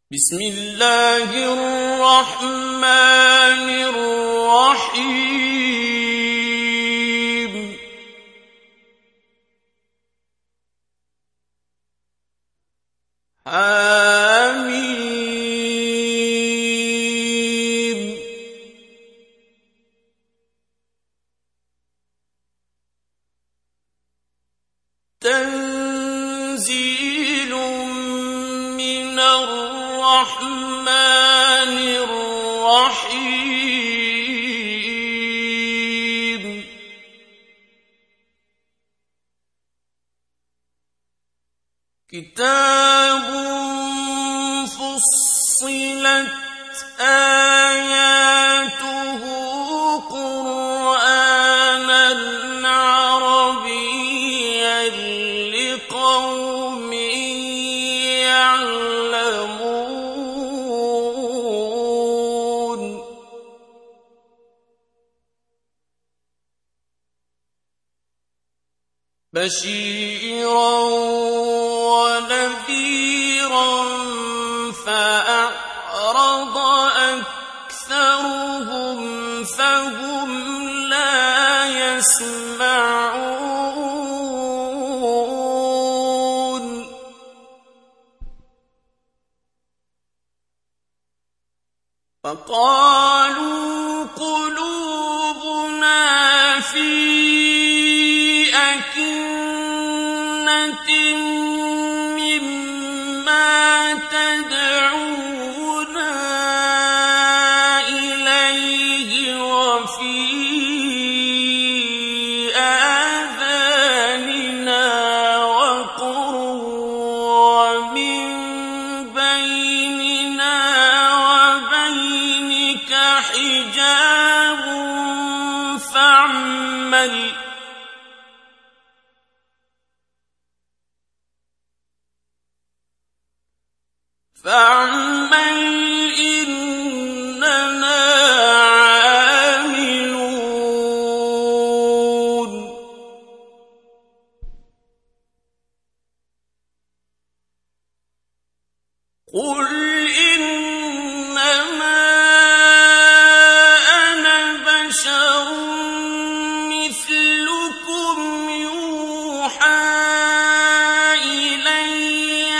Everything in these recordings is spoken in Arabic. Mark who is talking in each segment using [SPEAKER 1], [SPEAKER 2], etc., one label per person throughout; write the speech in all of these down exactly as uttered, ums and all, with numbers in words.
[SPEAKER 1] بسم الله الرحمن الرحيم حميم تنزيل من الرحمن الرحيم كتاب فصلت آياته قرآنا عربيا لقوم يعلمون بشيرا ونذيرا فأعرض أكثرهم فهم لا يسمعون فقالوا قلوبنا في أكنة مما تدعونا إليه وفي آذاننا وقر ومن بيننا وبينك حجاب فاعمل فاعمل إننا عاملون قل إنما أنا بشر مثلكم يوحى إلي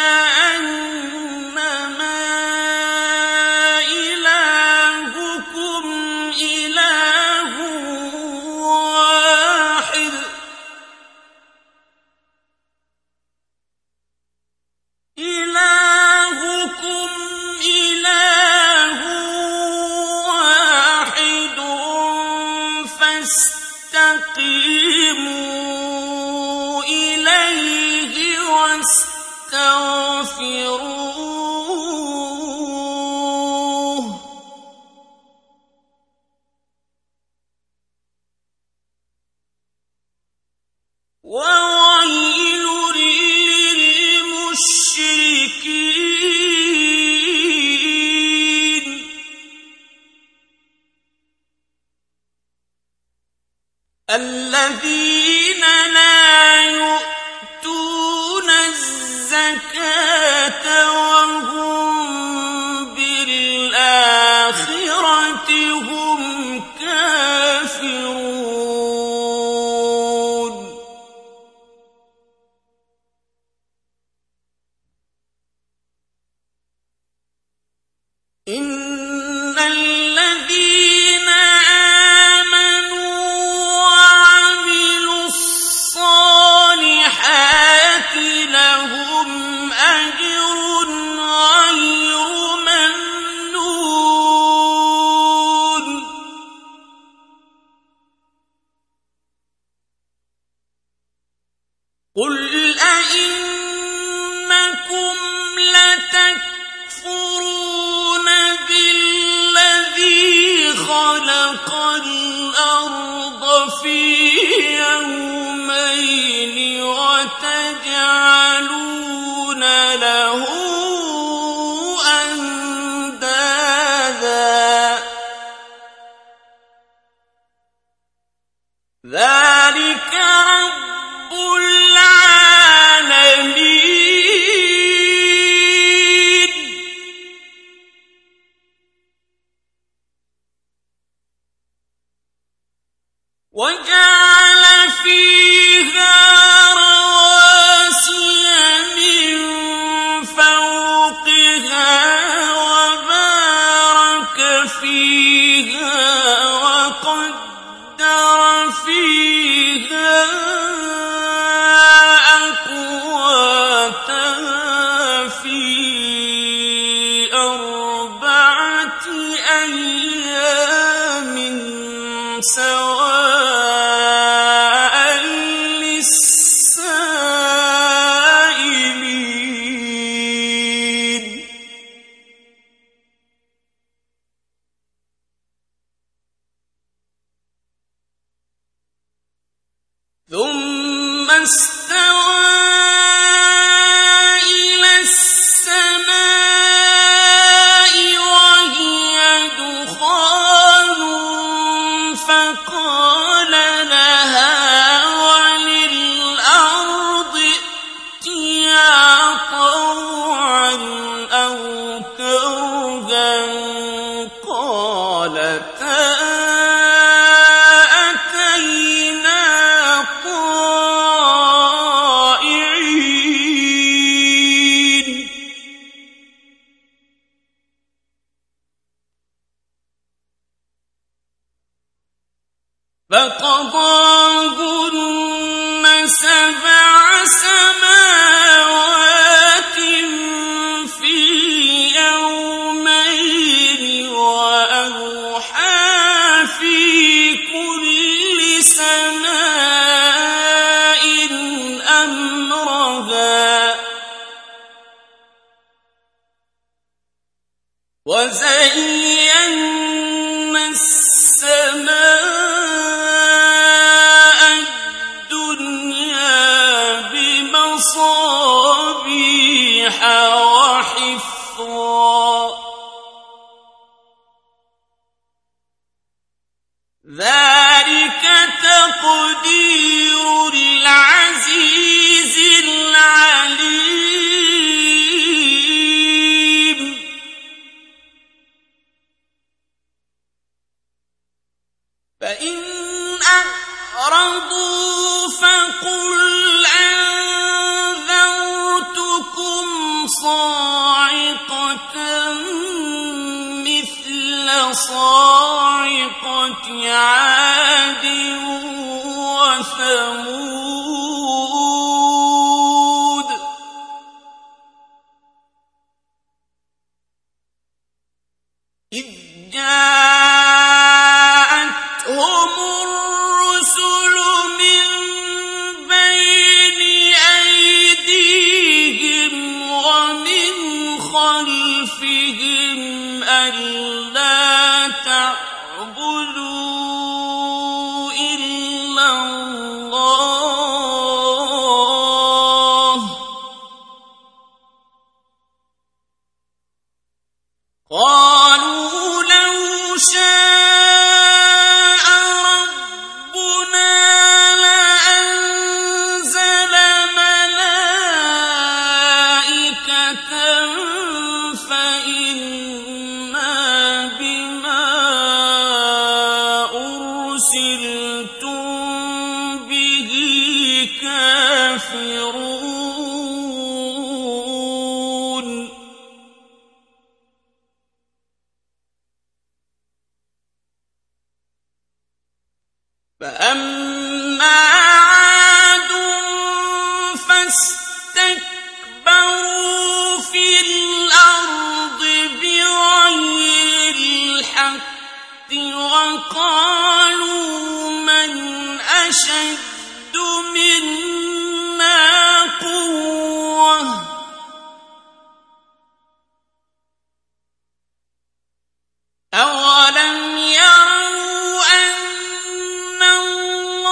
[SPEAKER 1] أنما إلهكم إله واحد إلهكم إله واحد فاستقيموا إليه واستغفروه وويل للمشركين الذين لا يؤتون الزكاة وهم بالآخرة هم كافرون إن الذين آمنوا وعملوا الصالحات وجعل فيها رواسي من فوقها وبارك فيها وقدر فيها أقواتها في أربعة أيام سواء للسائلين ثم استوى إلى السماء وهي دخان فقال لها وللأرض ائتيا طوعا أو كرها قالتا أتينا طائعين فقضاهن سبع سماوات في يومين وأوحى في كل سماء أمرها وزينا السماء الدنيا بمصابيح وحفظا ذلك تقدير العزيز العليم فإن أعرضوا فقل أنذرتكم صاعقة مثل صاعقة عاد وثمود إذ جاءتهم الرسل من بين أيديهم ومن خلفهم ألا تعبدوا إلا الله قالوا لو شاء ربنا لأنزل ملائكة فإنا بما أرسلتم به كافرون فأما عاد فاستكبروا في الأرض بغير الحق وقالوا من أشد منا قوة أولم يروا أن الله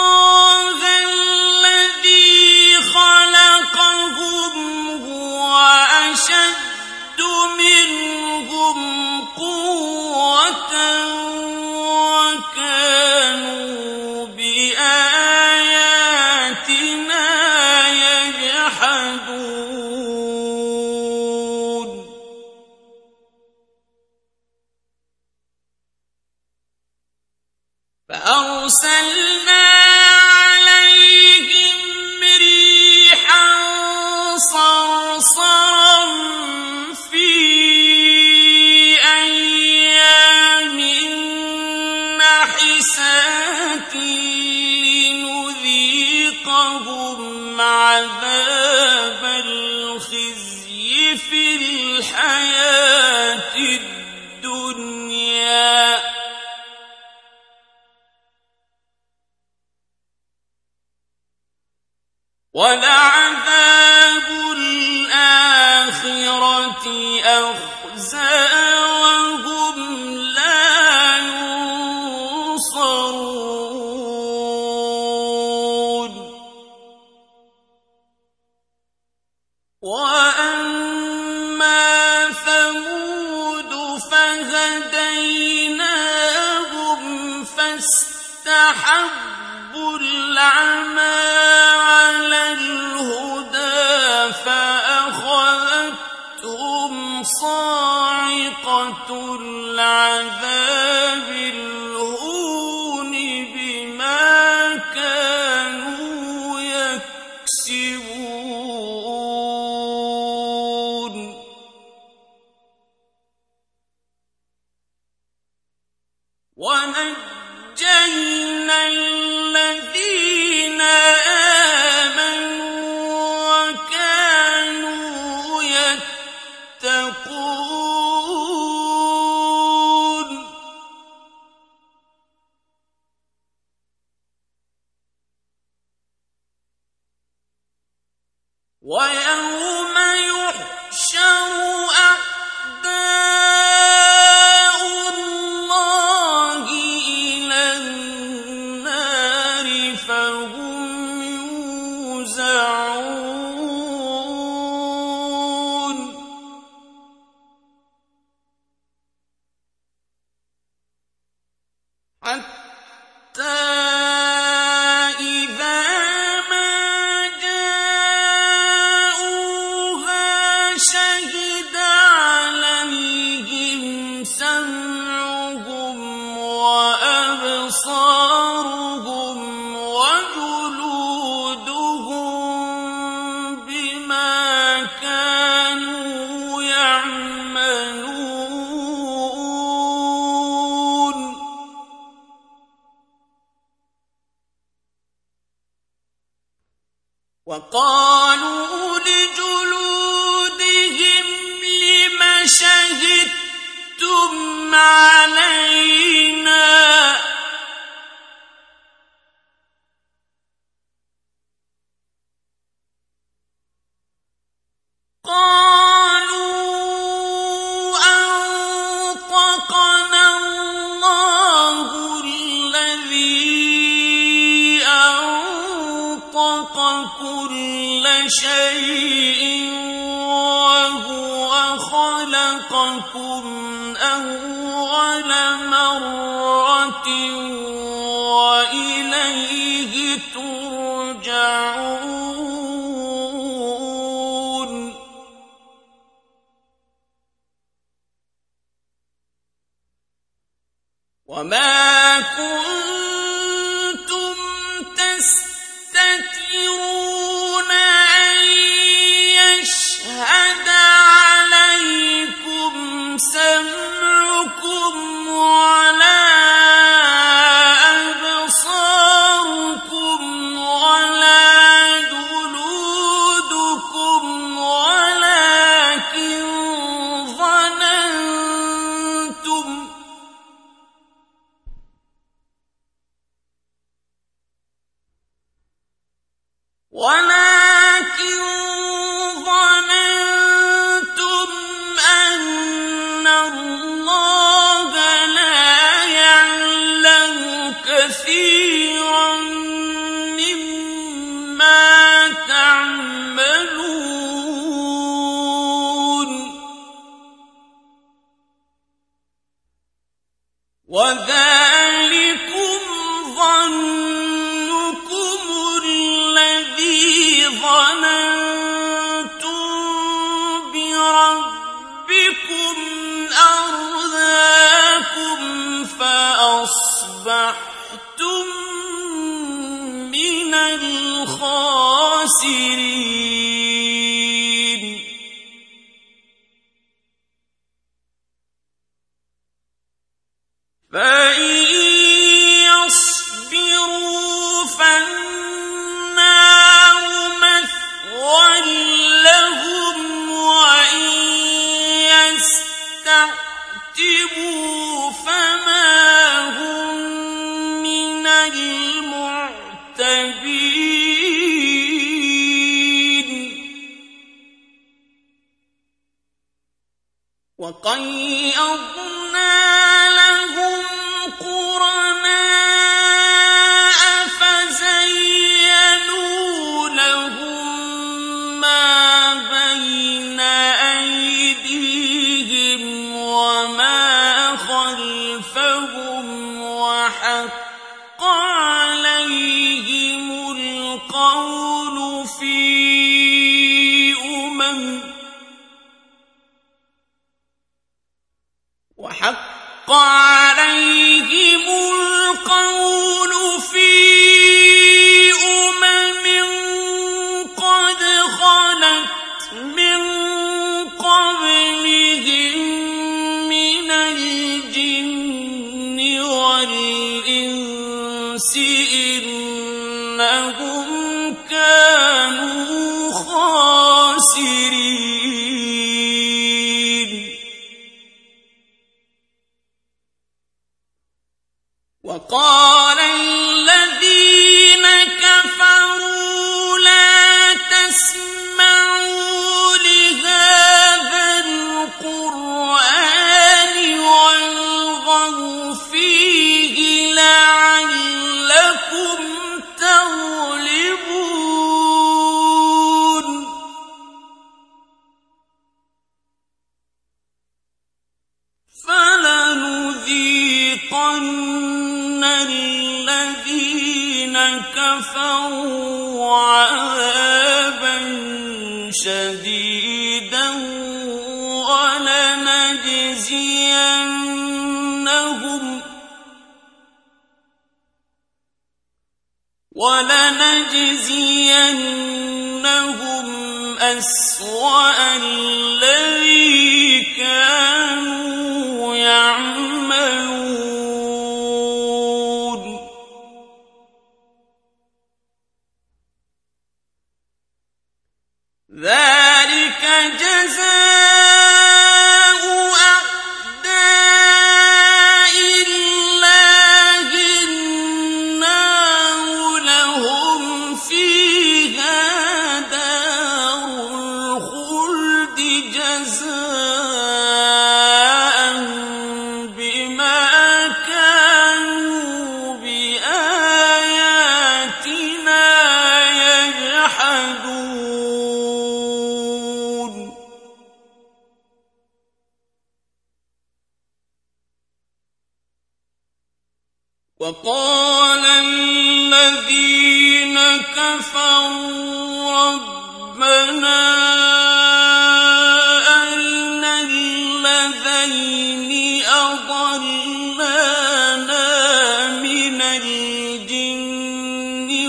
[SPEAKER 1] فأرسلنا عليهم ريحا صرصرا في أيام نحسات لنذيقهم عذاب الخزي في الحياة الدنيا ولعذاب الآخرة أخزى وهم لا ينصرون وأما ثمود فهديناهم فاستحبوا العمى فأخذتهم صاعقة العذاب الهون بما كانوا يكسبون ونجينا الذين ويوم يحشر أعداء الله إلى النار فهم يوزعون حتى أبصارهم وجلودهم بما كانوا يعملون وقالوا لجلودهم لم شهدتم علينا قالوا أنطقنا الله الذي أنطق كل شيء وهو خلقكم أول مرة وإليه ترجعون وما كنتم تستترون أن يشهد عليكم سمعكم ولا أبصاركم ولا جلودكم ولكن ظننتم ولكن ظننتم أن الله لا يعلم كثيرا مما تعملون وذلكم ظنكم الذي ظننتم بربكم أرداكم فأصبحتم خاسرين فإن يصبروا فالنار مثوى لهم وإن يستعتبوا فما هم من المعتبين وقيضنا لهم قرناء فزينوا لهم ما بين أيديهم وما خلفهم وحق عليهم القول في أمم وحق عليهم القول في أمم قد خلت من قبلهم من الجن والإنس إنهم كانوا خاسرين وقال الذين كفروا لا تسمعوا لهذا القرآن والغوا فيه لعلكم تغلبون فلنذيقن الذين كفروا عذابا شديدا ولنجزينهم ولنجزينهم أسوأ الذي كانوا يعملون ذلك جزاء أعداء الله النار لهم فيها دار الخلد جزاء بما كانوا بآياتنا يجحدون وقال الذين كفروا ربنا أرنا الذين أضلانا من الجن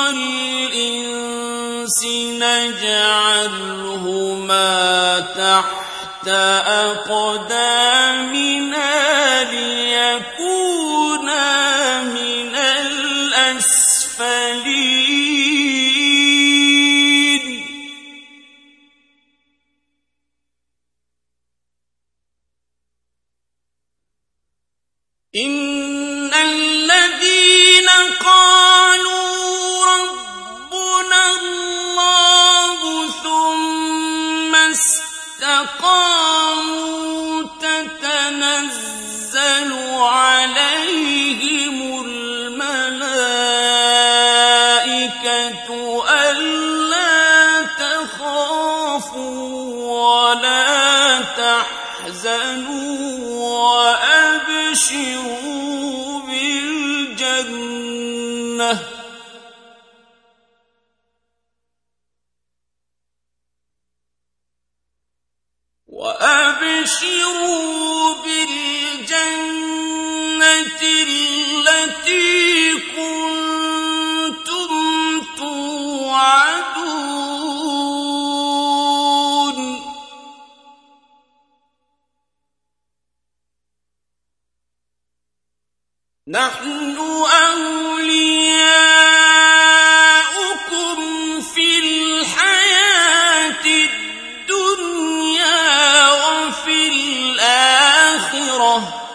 [SPEAKER 1] والإنس نجعلهما تحت أقدامنا ليكونا من الأسفلين إن الذين قالوا ربنا الله ثم استقاموا تتنزل عليهم الملائكة ألا تخافوا ولا تحزنوا وأبشروا بالجنة وأبشروا بالجنة التي كنتم توعدون نحن أولياؤكم في الحياة الدنيا وفي الآخرة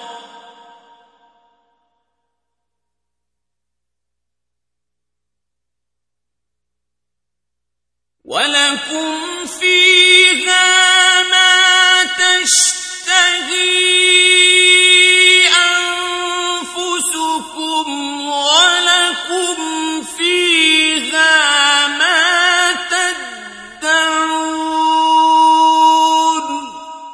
[SPEAKER 1] ولكم فيها ما تشتهي أنفسكم ولكم فيها ما تدعون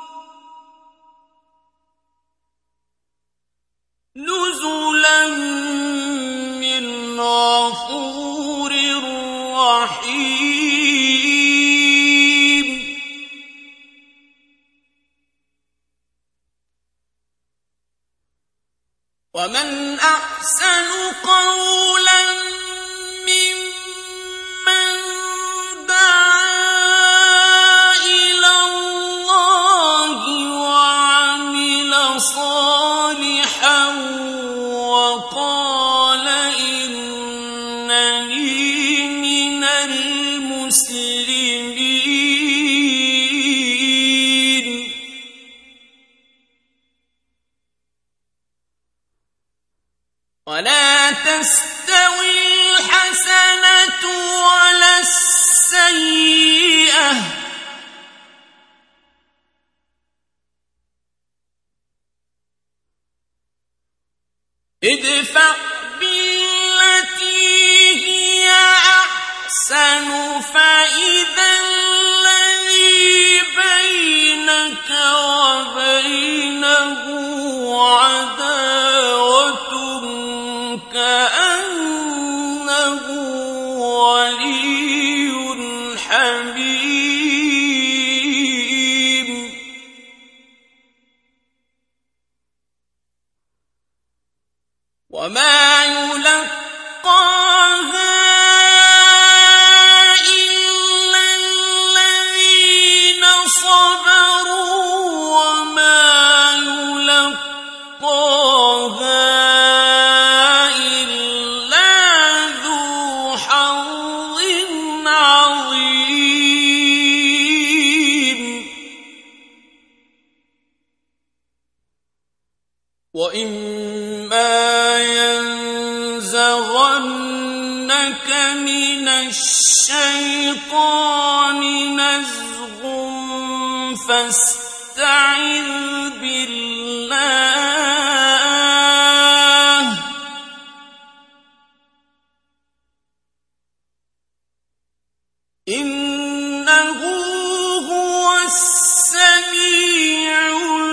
[SPEAKER 1] نزلا من غفور رحيم. ومن أحسن قولا ممن دعا إلى الله وعمل صالحا وقال إنني من المسلمين. ولا تستوي الحسنة ولا السيئة ادفع بالتي هي أحسن فإذا الذي بينك وبينه عداوة كأنه ولي حميم. وما يلقاها إلا الذين صبروا وما يلقاها وإما ينزغنك من الشيطان نزغ فاستعذ بالله إنه هو السميع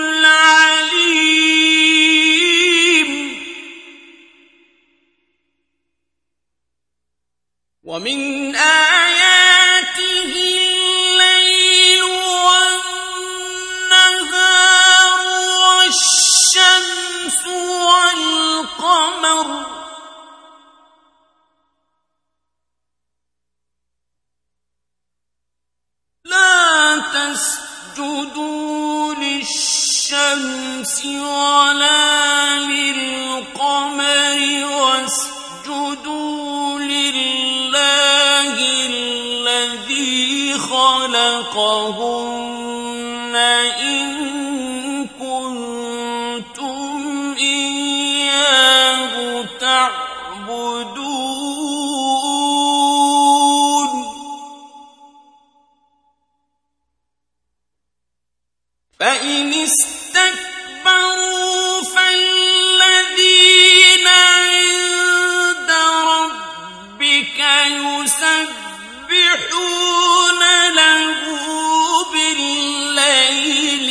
[SPEAKER 1] العليم. ومن آياته الليل والنهار والشمس والقمر لا تسجدوا للشمس ولا للقمر واسجدوا لله الذي خلقهن إن كنتم إياه تعبدون. فإن استكبروا فالذين عند ربك يسبحون له بالليل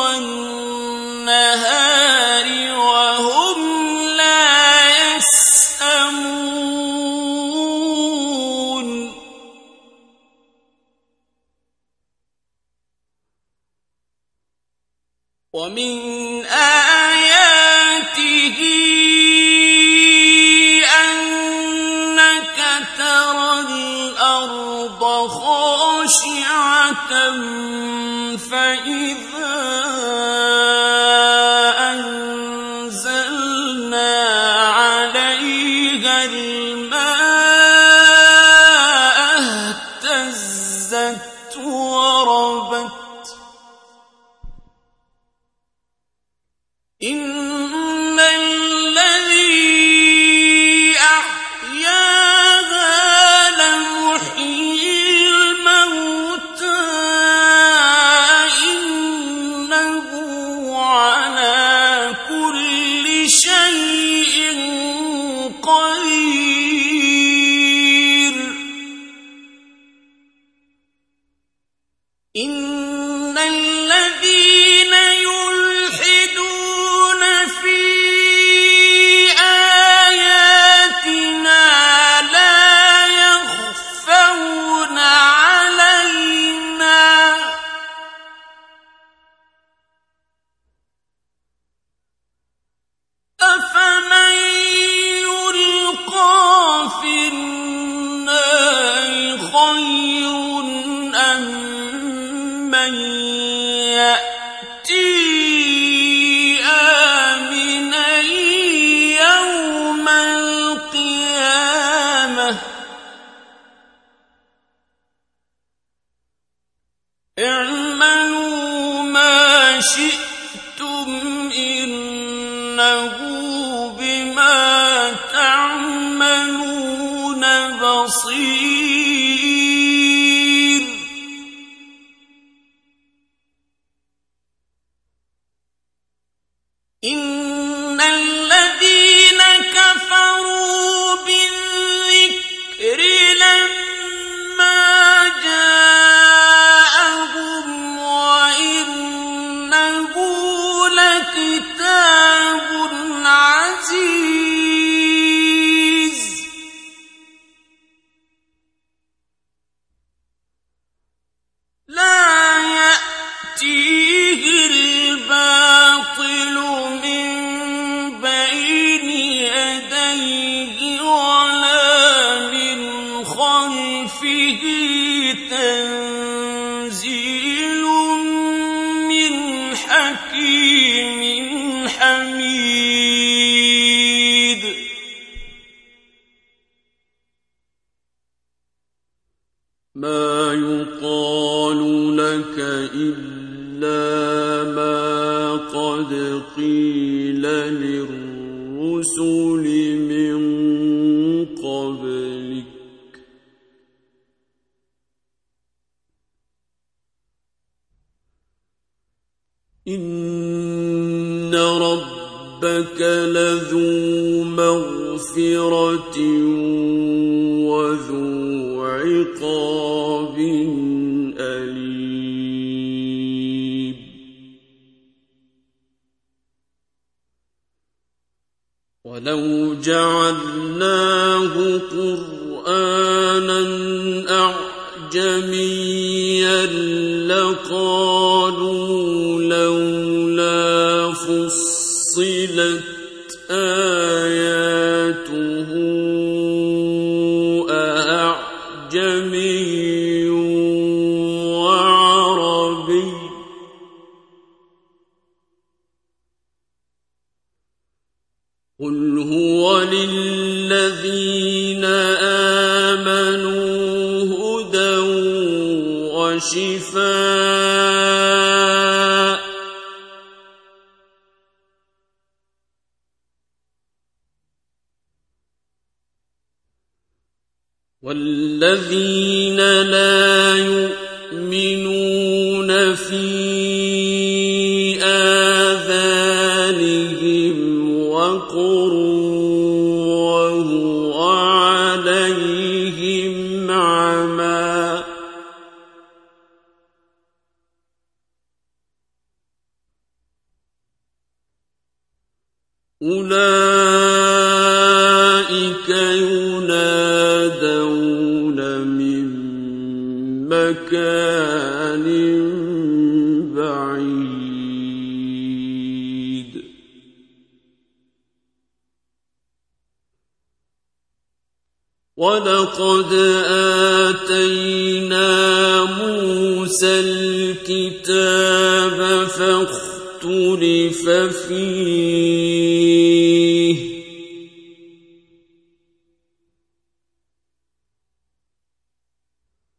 [SPEAKER 1] والنهار وهم لا يسأمون. ومن آياته أنك ترى الأرض خاشعة فإذا أنزلنا إن الذي أحياها لمحيي الموتى إنه على كل شيء قدير إن الذين يلحدون في آياتنا لا يخفون علينا أفمن يلقى في النار خير أم من يأتي آمنا يوم القيامة اعملوا ما شئتم إنه بما تعملون بصير إن الذين كفروا بالذكر لما جاءهم وإنه لكتاب عزيز لا يأتيه الباطل من بين يديه ولا من خلفه تنزيل من حكيم حميد ما يقال لك إلا ما قد قيل للرسل من قبلك إن ربك لذو مغفرة وذو عقاب أليم ولو جعلناه قرآنا أعجميا لقالوا لولا فصلت آياته أعجمي وعربي قل هو للذين آمنوا هدى وشفاء والذين لا يؤمنون في آذانهم وقر وهو عليهم عمى أولئك ينادون من مكان بعيد ولقد آتينا موسى الكتاب فاختلف فيه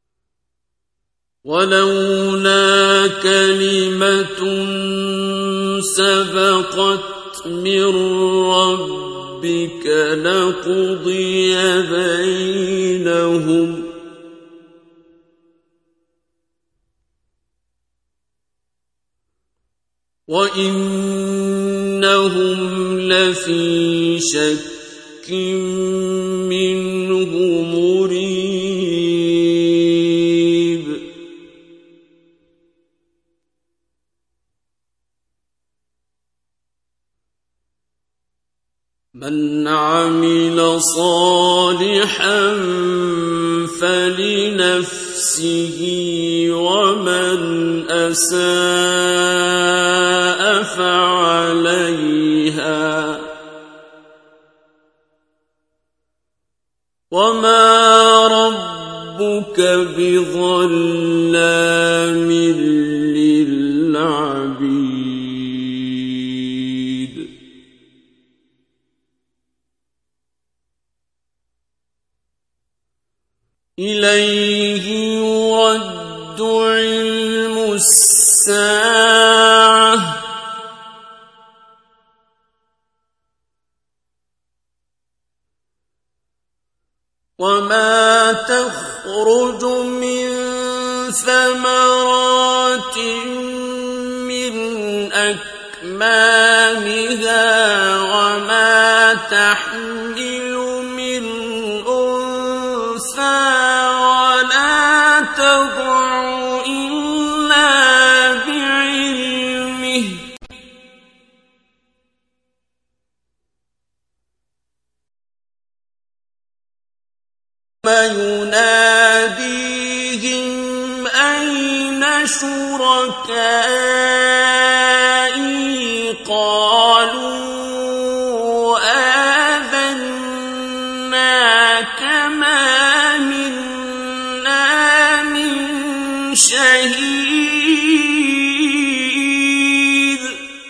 [SPEAKER 1] ولولا كلمة سبقت من ربك لقضي بينهم وإنهم لفي شك منه مريب من عمل صالحا فلنفسه ومن أساء فعليها وما ربك بظلام للعبيد إليه يرد علم الساعة وما تخرج من ثمرات من أكمامها وما تحمل من أنثى ولا تضع إلا بعلمه يناديهم أين شركائي قالوا آذناك ما منا من شهيد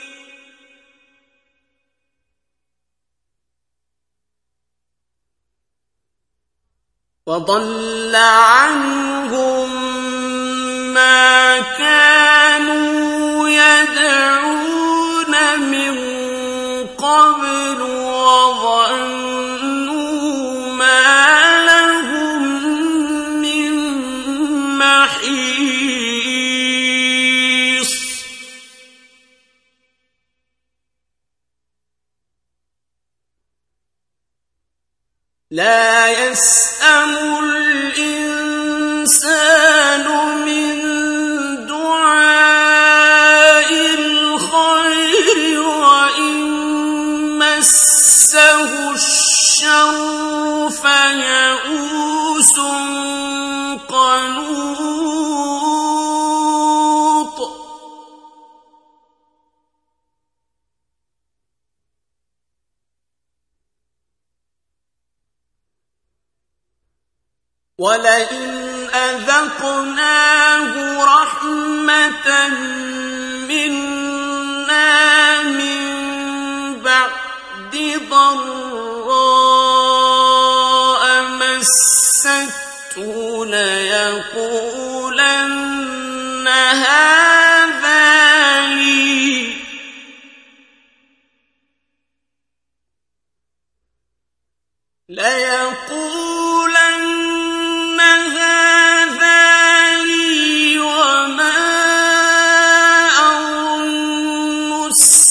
[SPEAKER 1] وضل عنهم ما كانوا يدعون من قبل وظنوا ما لهم من محيص لا يسأم الإنسان من دعاء الخير وإن مسه الشر فيئوس قنوط ولئن أذقناه رحمة منا من بعد ضراء مسته ليقولن هذا لي ليقولن هذا لي وما أظن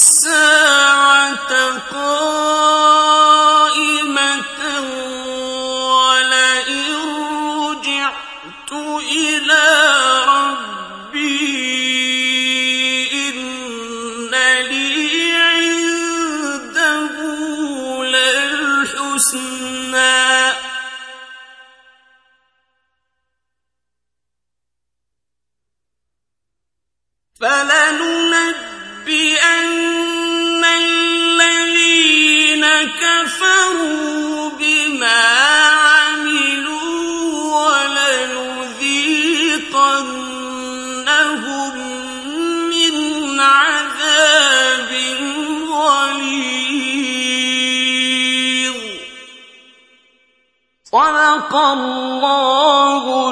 [SPEAKER 1] الساعة قائمة ولئن رجعت إلى ربي إن لي عنده للحسنى فلننبئن الذين كفروا بما عملوا ولنذيقنهم من عذاب غليظ صدق الله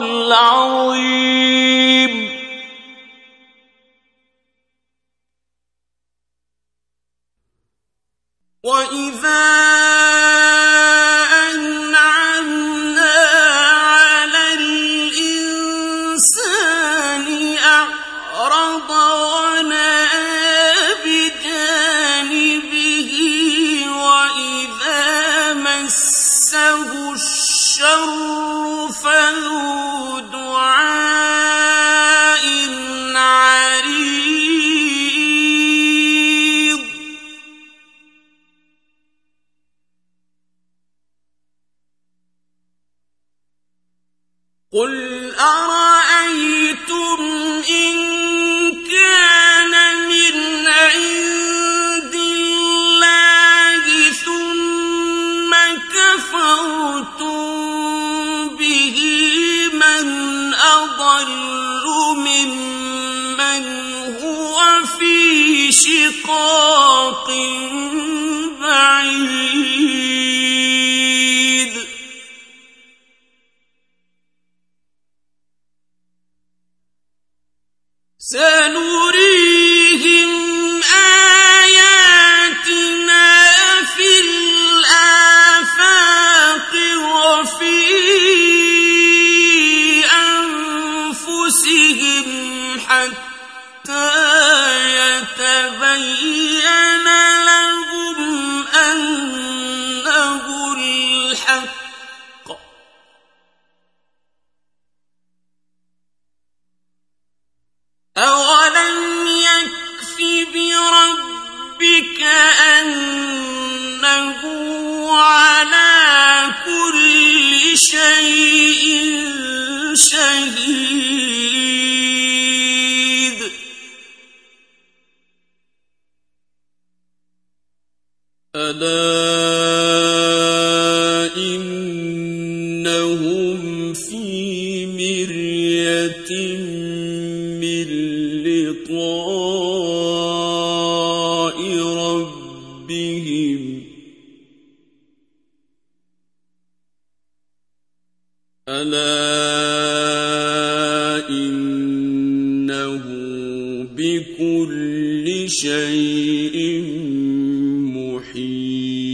[SPEAKER 1] العظيم. وإذا أنعمنا على الإنسان أعرض ونأى بجانبه وإذا مسه الشر فذو دعاء عريض قل أرأيتم إن كان من عند الله ثم كفرتم به من أضل ممن هو في شقاق بعيد سنريهم آياتنا في الآفاق وفي أنفسهم حتى يتبين لهم أنه الحق أولم يكف بربك أنه على كل شيء شهيد ألا إنهم في مرية من لقاء ربهم ألا إنه بكل شيء محيط